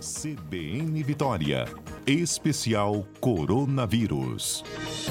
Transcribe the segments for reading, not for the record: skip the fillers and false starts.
CBN Vitória. Especial Coronavírus.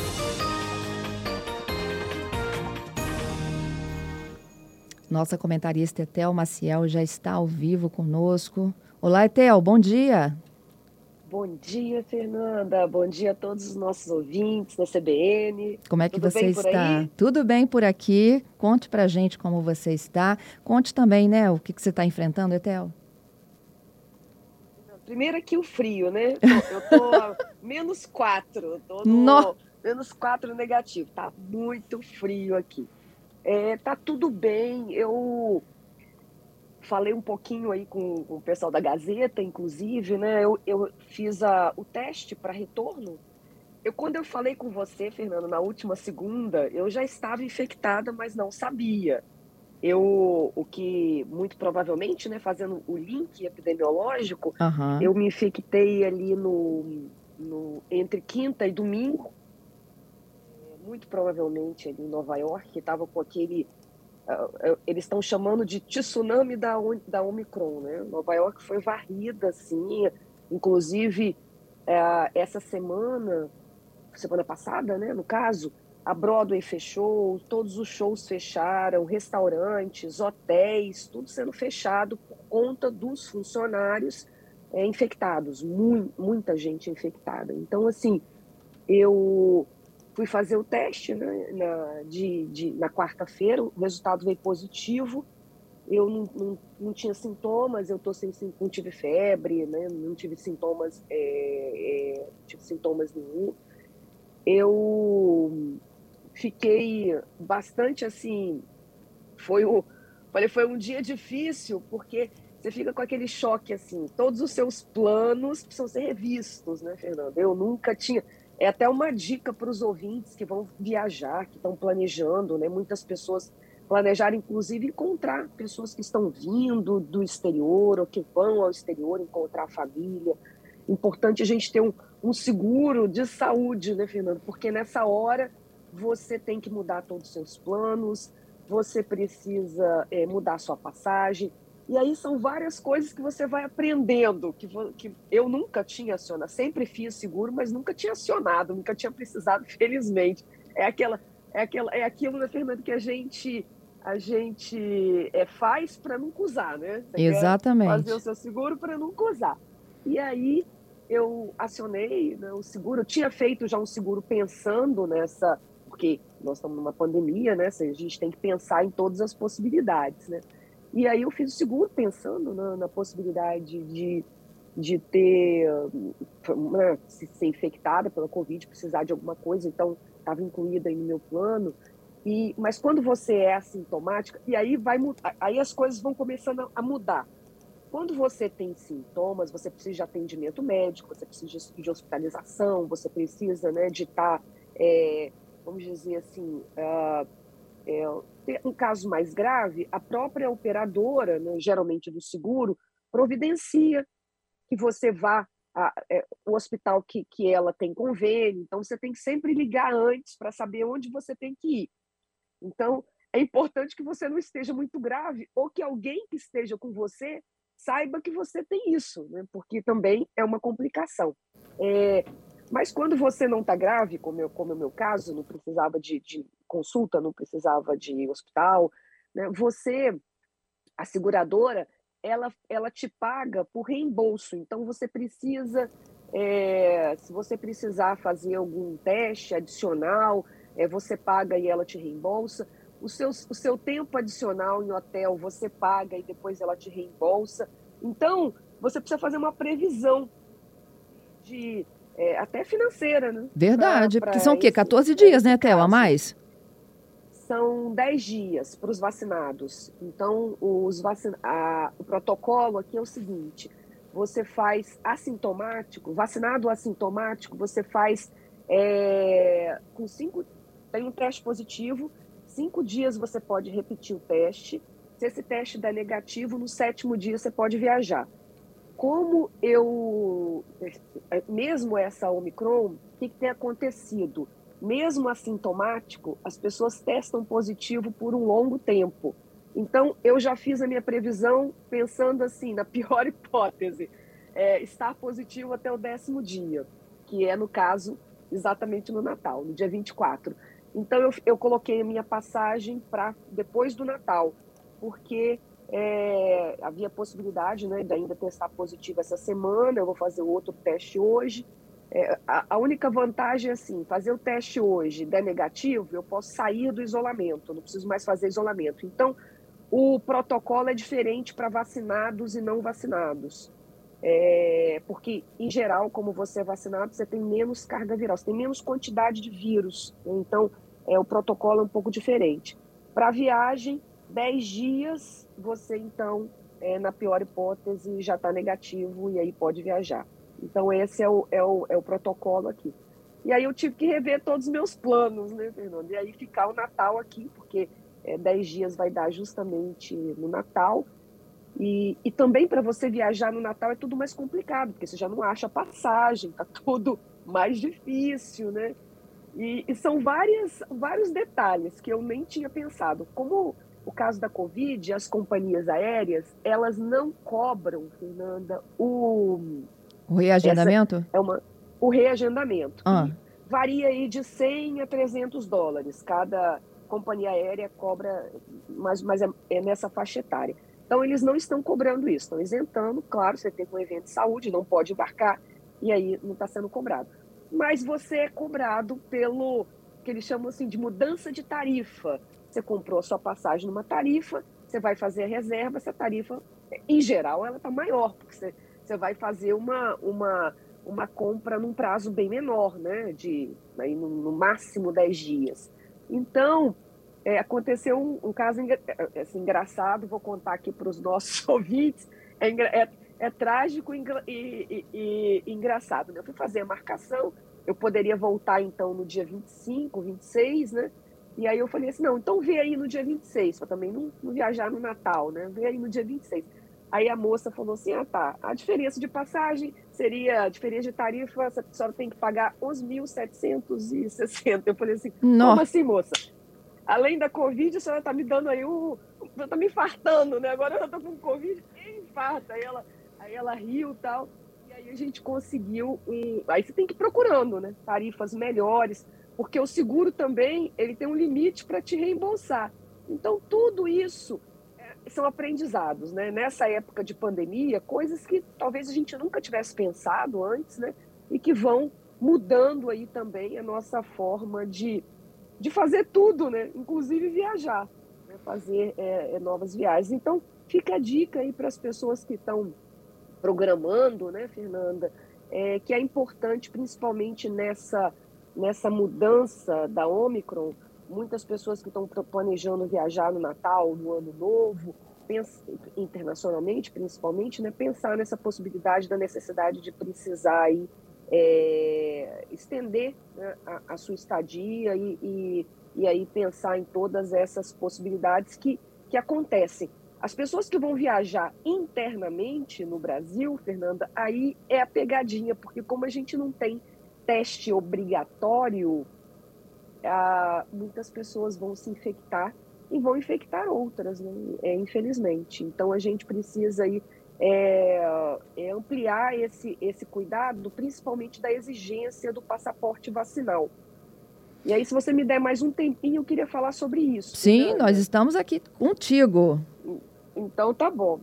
Nossa comentarista Etel Maciel já está ao vivo conosco. Olá, Etel, bom dia. Bom dia, Fernanda. Bom dia a todos os nossos ouvintes da CBN. Como é que Tudo você bem por está? aí? Tudo bem por aqui. Conte pra gente como você está. Conte também, né, o que você está enfrentando, Etel. Primeiro aqui o frio, né? Eu tô a -4, tô No... no -4 negativo. Tá muito frio aqui. Tá tudo bem. Eu falei um pouquinho aí com o pessoal da Gazeta, inclusive, né? Eu fiz o teste para retorno. Quando eu falei com você, Fernando, na última segunda, eu já estava infectada, mas não sabia. O que muito provavelmente, né, fazendo o link epidemiológico, eu me infectei ali entre quinta e domingo, muito provavelmente ali em Nova York, que estava com aquele, eles estão chamando de tsunami da Omicron, né? Nova York foi varrida, assim, inclusive essa semana passada, né, no caso, a Broadway fechou, todos os shows fecharam, restaurantes, hotéis, tudo sendo fechado por conta dos funcionários infectados, muita gente infectada. Então, assim, eu fui fazer o teste, né, na quarta-feira, o resultado veio positivo, eu não tinha sintomas, não tive febre, né, não tive sintomas, nenhum. Eu fiquei bastante assim, foi um dia difícil, porque você fica com aquele choque assim, todos os seus planos precisam ser revistos, né, Fernanda? Eu nunca tinha, é até uma dica para os ouvintes que vão viajar, que estão planejando, né? Muitas pessoas planejaram, inclusive, encontrar pessoas que estão vindo do exterior ou que vão ao exterior encontrar a família. Importante a gente ter um seguro de saúde, né, Fernando? Porque nessa hora você tem que mudar todos os seus planos, você precisa mudar a sua passagem. E aí são várias coisas que você vai aprendendo, que eu nunca tinha acionado. Sempre fiz seguro, mas nunca tinha acionado, nunca tinha precisado, felizmente. É aquilo, né, Fernando, que a gente faz para nunca usar, né? Você Exatamente. quer fazer o seu seguro para nunca usar. E aí eu acionei, né, o seguro. Eu tinha feito já um seguro pensando nessa, porque nós estamos numa pandemia, né? A gente tem que pensar em todas as possibilidades, né? E aí eu fiz o seguro pensando na possibilidade de ter, né, se ser infectada pela Covid, precisar de alguma coisa, então estava incluída aí no meu plano. Mas quando você é assintomática, e aí aí as coisas vão começando a mudar. Quando você tem sintomas, você precisa de atendimento médico, você precisa de hospitalização, você precisa, né, de estar, vamos dizer assim, ter um caso mais grave, a própria operadora, né, geralmente do seguro, providencia que você vá ao hospital que ela tem convênio. Então, você tem que sempre ligar antes para saber onde você tem que ir. Então, é importante que você não esteja muito grave ou que alguém que esteja com você saiba que você tem isso, né? Porque também é uma complicação. Mas quando você não está grave, como é o meu caso, não precisava de consulta, não precisava de hospital, né? A seguradora, ela te paga por reembolso. Então, você precisa, se você precisar fazer algum teste adicional, você paga e ela te reembolsa. O seu tempo adicional em hotel, você paga e depois ela te reembolsa. Então, você precisa fazer uma previsão até financeira, né? Verdade, porque são o quê? 14 dias, né, Theo, a mais? São 10 dias para os vacinados. Então, o protocolo aqui é o seguinte: você faz assintomático, vacinado assintomático, você faz tem um teste positivo, 5 dias você pode repetir o teste. Se esse teste der negativo, no 7º dia você pode viajar. Como mesmo essa Omicron, o que tem acontecido? Mesmo assintomático, as pessoas testam positivo por um longo tempo. Então, eu já fiz a minha previsão pensando assim, na pior hipótese. estar positivo até o 10º dia, que é, no caso, exatamente no Natal, no dia 24. Então, eu coloquei a minha passagem para depois do Natal, porque havia possibilidade, né, de ainda testar positivo essa semana. Eu vou fazer outro teste hoje. A única vantagem é assim, fazer o teste hoje, der negativo, eu posso sair do isolamento, não preciso mais fazer isolamento. Então, o protocolo é diferente para vacinados e não vacinados. Porque, em geral, como você é vacinado, você tem menos carga viral, você tem menos quantidade de vírus. Então, o protocolo é um pouco diferente. Para viagem, 10 dias, você, então, na pior hipótese, já está negativo e aí pode viajar. Então, esse é o protocolo aqui. E aí eu tive que rever todos os meus planos, né, Fernando? E aí ficar o Natal aqui, porque 10 dias vai dar justamente no Natal. E também para você viajar no Natal é tudo mais complicado, porque você já não acha passagem, está tudo mais difícil, né? E são vários detalhes que eu nem tinha pensado. Como o caso da Covid, as companhias aéreas, elas não cobram, Fernanda, O reagendamento? O reagendamento, Ah. que varia aí de 100 a 300 dólares. Cada companhia aérea cobra, mas é nessa faixa etária. Então, eles não estão cobrando isso, estão isentando. Claro, você tem um evento de saúde, não pode embarcar, e aí não está sendo cobrado. Mas você é cobrado pelo que eles chamam assim de mudança de tarifa. Você comprou a sua passagem numa tarifa, você vai fazer a reserva, essa tarifa, em geral, ela está maior, porque você vai fazer uma compra num prazo bem menor, né? Aí no máximo 10 dias. Então, aconteceu um caso assim, engraçado, vou contar aqui para os nossos ouvintes. É trágico e engraçado, né? Eu fui fazer a marcação, eu poderia voltar então no dia 25, 26, né? E aí eu falei assim, não, então vê aí no dia 26, para também não viajar no Natal, né? Vê aí no dia 26. Aí a moça falou assim, tá, a diferença de passagem seria, a diferença de tarifa, a senhora tem que pagar os 1.760. Eu falei assim, como assim, moça? Além da Covid, a senhora está me dando aí está me infartando, né? Agora eu estou com Covid, quem infarta? Aí ela riu e tal. E aí a gente conseguiu. Aí você tem que ir procurando, né? Tarifas melhores, porque o seguro também ele tem um limite para te reembolsar. Então, tudo isso são aprendizados, né? Nessa época de pandemia, coisas que talvez a gente nunca tivesse pensado antes, né? E que vão mudando aí também a nossa forma de fazer tudo, né? Inclusive viajar, né? Fazer novas viagens. Então, fica a dica aí para as pessoas que estão programando, né, Fernanda, que é importante, principalmente nessa mudança da Ômicron, muitas pessoas que estão planejando viajar no Natal, no Ano Novo, internacionalmente, principalmente, né, pensar nessa possibilidade da necessidade de precisar aí, estender, né, a sua estadia e aí pensar em todas essas possibilidades que acontecem. As pessoas que vão viajar internamente no Brasil, Fernanda, aí é a pegadinha, porque como a gente não tem teste obrigatório, muitas pessoas vão se infectar e vão infectar outras, né? Infelizmente. Então, a gente precisa aí, ampliar esse cuidado, principalmente da exigência do passaporte vacinal. E aí, se você me der mais um tempinho, eu queria falar sobre isso. Sim, Fernanda. nós estamos aqui contigo. Então, tá bom.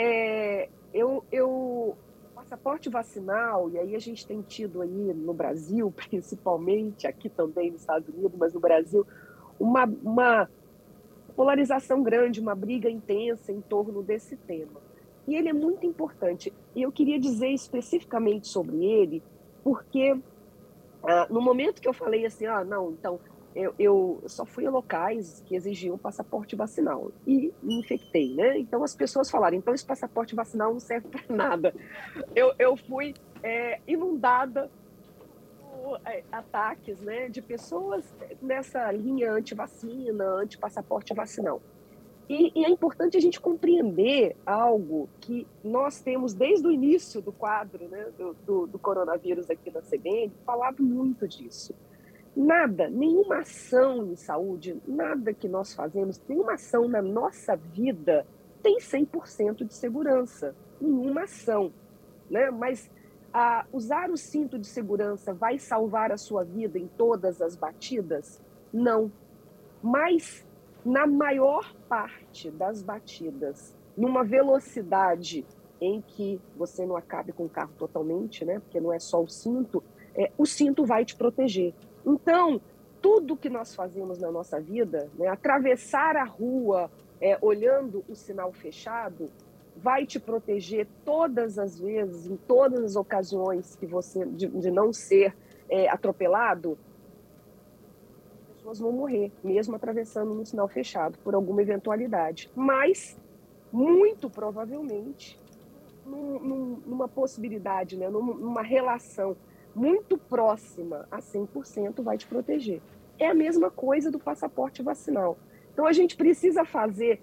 O passaporte vacinal, e aí a gente tem tido aí no Brasil, principalmente, aqui também nos Estados Unidos, mas no Brasil, uma polarização grande, uma briga intensa em torno desse tema. E ele é muito importante. E eu queria dizer especificamente sobre ele, porque no momento que eu falei assim, não, então, eu só fui a locais que exigiam passaporte vacinal e me infectei, né? Então as pessoas falaram, então esse passaporte vacinal não serve para nada. Eu fui inundada por ataques, né, de pessoas nessa linha anti-vacina, anti-passaporte vacinal. E é importante a gente compreender algo que nós temos desde o início do quadro, né, do coronavírus aqui na CBN, falado muito disso. Nada, nenhuma ação em saúde, nada que nós fazemos, nenhuma ação na nossa vida tem 100% de segurança. Nenhuma ação. né? Mas usar o cinto de segurança vai salvar a sua vida em todas as batidas? Não. Mas na maior parte das batidas, numa velocidade em que você não acabe com o carro totalmente, né? Porque não é só o cinto vai te proteger. Então, tudo que nós fazemos na nossa vida, né, atravessar a rua olhando o sinal fechado, vai te proteger todas as vezes, em todas as ocasiões que você de não ser atropelado. As pessoas vão morrer, mesmo atravessando no sinal fechado, por alguma eventualidade. Mas, muito provavelmente, numa possibilidade, né, numa relação muito próxima a 100%, vai te proteger. É a mesma coisa do passaporte vacinal. Então, a gente precisa fazer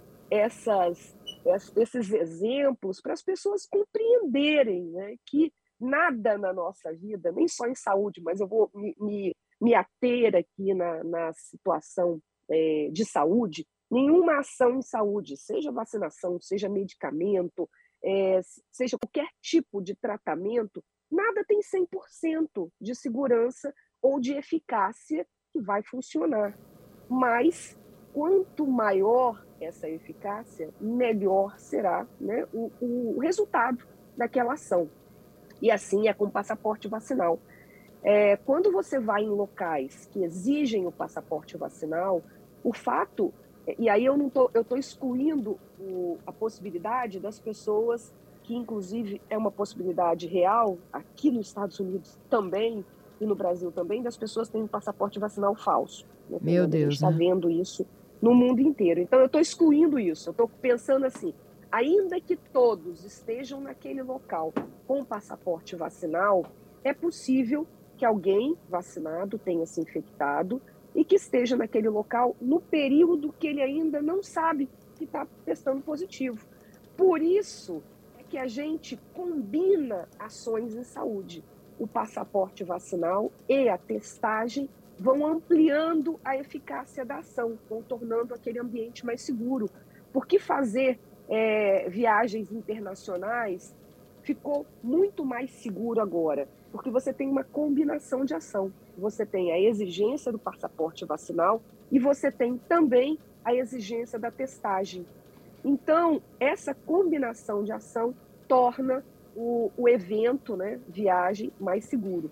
esses exemplos para as pessoas compreenderem, né, que nada na nossa vida, nem só em saúde, mas eu vou me ater aqui na situação de saúde, nenhuma ação em saúde, seja vacinação, seja medicamento, seja qualquer tipo de tratamento, nada tem 100% de segurança ou de eficácia que vai funcionar. Mas, quanto maior essa eficácia, melhor será, né, o resultado daquela ação. E assim é com o passaporte vacinal. Quando você vai em locais que exigem o passaporte vacinal, o fato, e aí eu estou excluindo a possibilidade das pessoas, que inclusive é uma possibilidade real, aqui nos Estados Unidos também, e no Brasil também, das pessoas terem um passaporte vacinal falso. Né, Meu Deus, a gente está vendo isso no mundo inteiro. Então eu estou excluindo isso, eu estou pensando assim, ainda que todos estejam naquele local com o passaporte vacinal, é possível que alguém vacinado tenha se infectado e que esteja naquele local no período que ele ainda não sabe que está testando positivo. Por isso é que a gente combina ações em saúde. O passaporte vacinal e a testagem vão ampliando a eficácia da ação, vão tornando aquele ambiente mais seguro. Porque fazer viagens internacionais ficou muito mais seguro agora, porque você tem uma combinação de ação. Você tem a exigência do passaporte vacinal e você tem também a exigência da testagem. Então, essa combinação de ação torna o evento, né, viagem, mais seguro.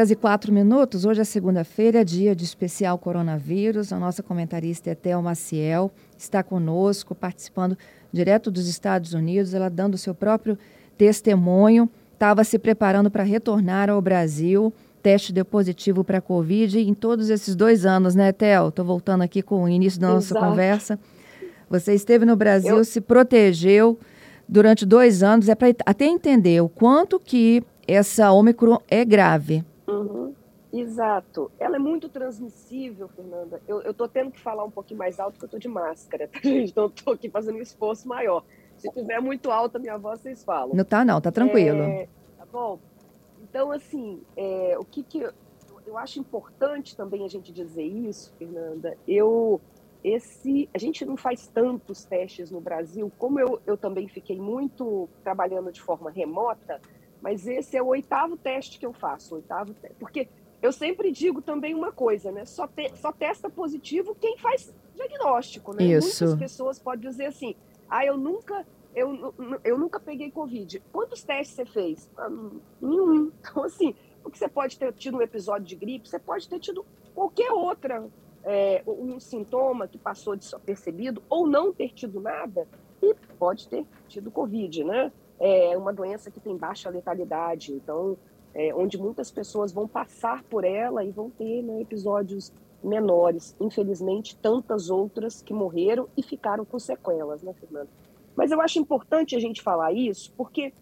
11h04. Hoje é segunda-feira, dia de especial coronavírus. A nossa comentarista Etel Maciel está conosco, participando direto dos Estados Unidos, ela dando o seu próprio testemunho. Estava se preparando para retornar ao Brasil. Teste deu positivo para a Covid em todos esses 2 anos, né, Etel? Estou voltando aqui com o início da nossa conversa. Você esteve no Brasil, se protegeu durante 2 anos. É para até entender o quanto que essa Ômicron é grave. Uhum. Exato. Ela é muito transmissível, Fernanda. Eu estou tendo que falar um pouquinho mais alto porque eu estou de máscara, tá, gente? Então, estou aqui fazendo um esforço maior. Se estiver muito alta a minha voz, vocês falam. Não, tá tranquilo. Tá bom? Então, assim, o que eu acho importante também a gente dizer isso, Fernanda, a gente não faz tantos testes no Brasil, como eu também fiquei muito trabalhando de forma remota, mas esse é o 8º teste que eu faço, porque eu sempre digo também uma coisa, né? Só testa positivo quem faz diagnóstico, né? Isso. Muitas pessoas podem dizer assim, eu nunca peguei Covid. Quantos testes você fez? Nenhum. Então, assim, porque você pode ter tido um episódio de gripe, você pode ter tido qualquer outra, um sintoma que passou desapercebido, ou não ter tido nada, e pode ter tido Covid, né? É uma doença que tem baixa letalidade, então, onde muitas pessoas vão passar por ela e vão ter, né, episódios menores. Infelizmente, tantas outras que morreram e ficaram com sequelas, né, Fernanda? Mas eu acho importante a gente falar isso, porque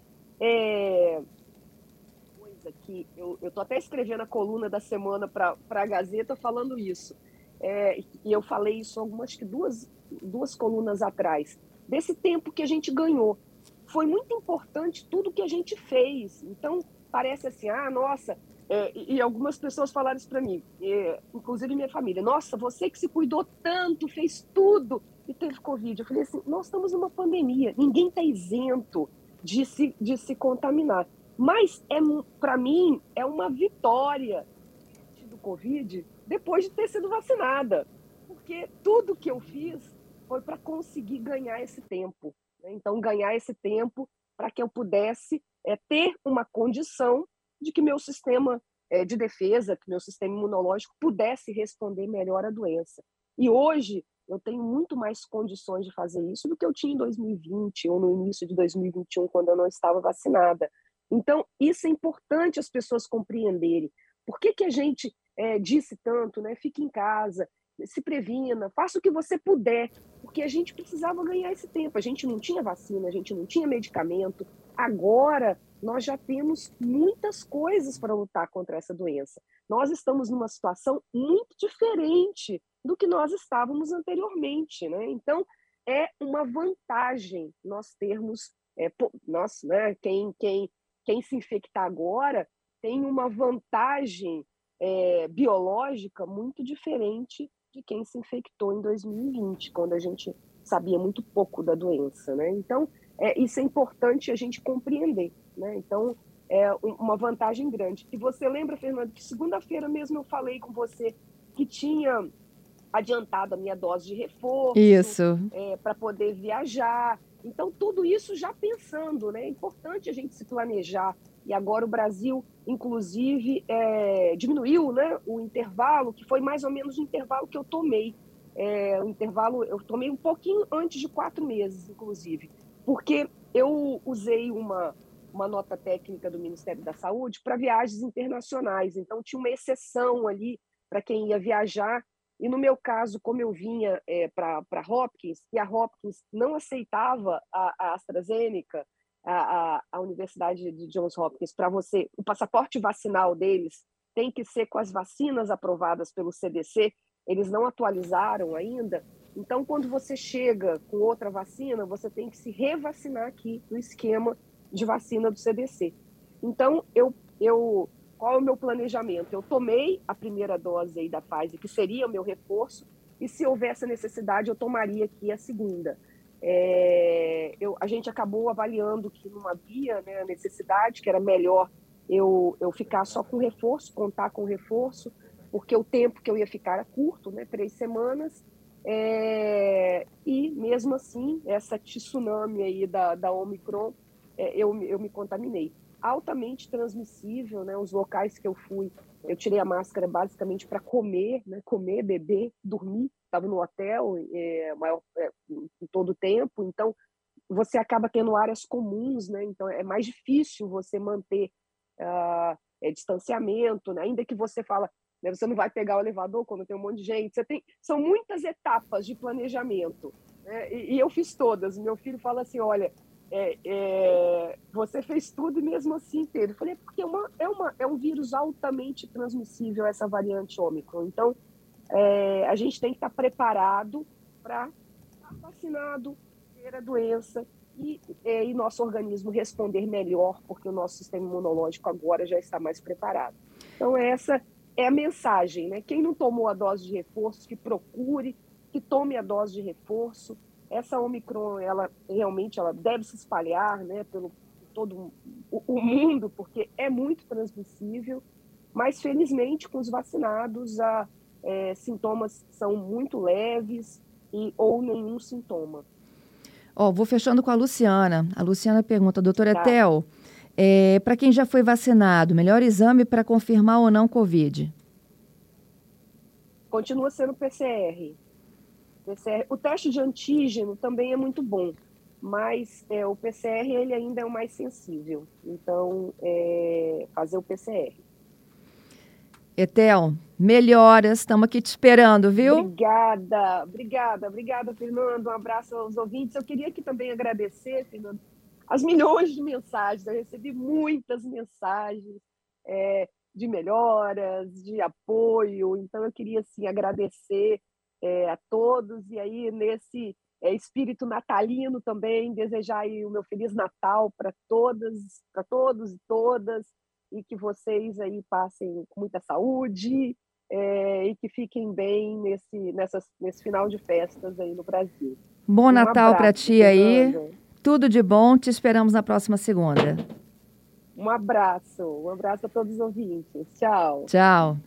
coisa que eu estou até escrevendo a coluna da semana para a Gazeta falando isso. E eu falei isso acho que duas colunas atrás. Desse tempo que a gente ganhou. Foi muito importante tudo que a gente fez. Então, parece assim, nossa... e algumas pessoas falaram isso para mim, inclusive minha família. Nossa, você que se cuidou tanto, fez tudo e teve Covid. Eu falei assim, nós estamos numa pandemia, ninguém está isento de se contaminar. Mas, para mim, é uma vitória do Covid depois de ter sido vacinada, porque tudo que eu fiz foi para conseguir ganhar esse tempo, né? Então, ganhar esse tempo para que eu pudesse ter uma condição de que meu sistema de defesa, que meu sistema imunológico pudesse responder melhor à doença. E hoje eu tenho muito mais condições de fazer isso do que eu tinha em 2020 ou no início de 2021, quando eu não estava vacinada. Então, isso é importante as pessoas compreenderem. Por que a gente disse tanto, né? Fique em casa, se previna, faça o que você puder, porque a gente precisava ganhar esse tempo. A gente não tinha vacina, a gente não tinha medicamento. Agora, nós já temos muitas coisas para lutar contra essa doença. Nós estamos numa situação muito diferente do que nós estávamos anteriormente, né? Então, é uma vantagem nós termos, né, quem se infectar agora tem uma vantagem biológica muito diferente de quem se infectou em 2020, quando a gente sabia muito pouco da doença, né? Então, isso é importante a gente compreender, né? Então, é uma vantagem grande. E você lembra, Fernando, que segunda-feira mesmo eu falei com você que tinha adiantado a minha dose de reforço para poder viajar. Então, tudo isso já pensando, né? É importante a gente se planejar. E agora o Brasil, inclusive, diminuiu, né, o intervalo, que foi mais ou menos o intervalo que eu tomei. O intervalo, eu tomei um pouquinho antes de 4 meses, inclusive, porque eu usei uma nota técnica do Ministério da Saúde para viagens internacionais. Então, tinha uma exceção ali para quem ia viajar. E no meu caso, como eu vinha para Hopkins, e a Hopkins não aceitava a AstraZeneca, a Universidade de Johns Hopkins, para você, o passaporte vacinal deles tem que ser com as vacinas aprovadas pelo CDC, eles não atualizaram ainda. Então, quando você chega com outra vacina, você tem que se revacinar aqui no esquema de vacina do CDC. Então, qual é o meu planejamento? Eu tomei a primeira dose aí da Pfizer, que seria o meu reforço, e se houvesse necessidade, eu tomaria aqui a segunda. A gente acabou avaliando que não havia, né, necessidade, que era melhor eu ficar só com reforço, contar com reforço, porque o tempo que eu ia ficar era curto, né, 3 semanas, e mesmo assim, essa tsunami aí da Omicron, eu me contaminei. Altamente transmissível, né? Os locais que eu fui, eu tirei a máscara basicamente para comer, né? Comer, beber, dormir. Estava no hotel em todo o tempo, então você acaba tendo áreas comuns, né? Então é mais difícil você manter distanciamento, né? Ainda que você fala, né, você não vai pegar o elevador quando tem um monte de gente. São muitas etapas de planejamento, né? E eu fiz todas. Meu filho fala assim, olha, você fez tudo e mesmo assim teve. Eu falei, porque é um vírus altamente transmissível, essa variante Ômicron. Então, a gente tem que estar preparado para estar vacinado, ter a doença e nosso organismo responder melhor, porque o nosso sistema imunológico agora já está mais preparado. Então, essa é a mensagem, né? Quem não tomou a dose de reforço, que procure, que tome a dose de reforço. Essa Omicron, ela realmente deve se espalhar, né, pelo todo o mundo, porque é muito transmissível, mas felizmente com os vacinados sintomas são muito leves ou nenhum sintoma. Vou fechando com a Luciana. A Luciana pergunta, doutora Tá. Ethel, para quem já foi vacinado, melhor exame para confirmar ou não Covid? Continua sendo PCR. O teste de antígeno também é muito bom, mas o PCR ele ainda é o mais sensível. Então, fazer o PCR. Ethel, melhoras, estamos aqui te esperando, viu? Obrigada, Fernando. Um abraço aos ouvintes. Eu queria aqui também agradecer, Fernando, as milhões de mensagens. Eu recebi muitas mensagens de melhoras, de apoio. Então, eu queria assim, agradecer a todos, e aí nesse espírito natalino também, desejar aí o meu Feliz Natal para todos e todas, e que vocês aí passem com muita saúde e que fiquem bem nesse final de festas aí no Brasil. Bom Natal para ti aí, Fernando. tudo de bom, te esperamos na próxima segunda. Um abraço a todos os ouvintes. Tchau. Tchau.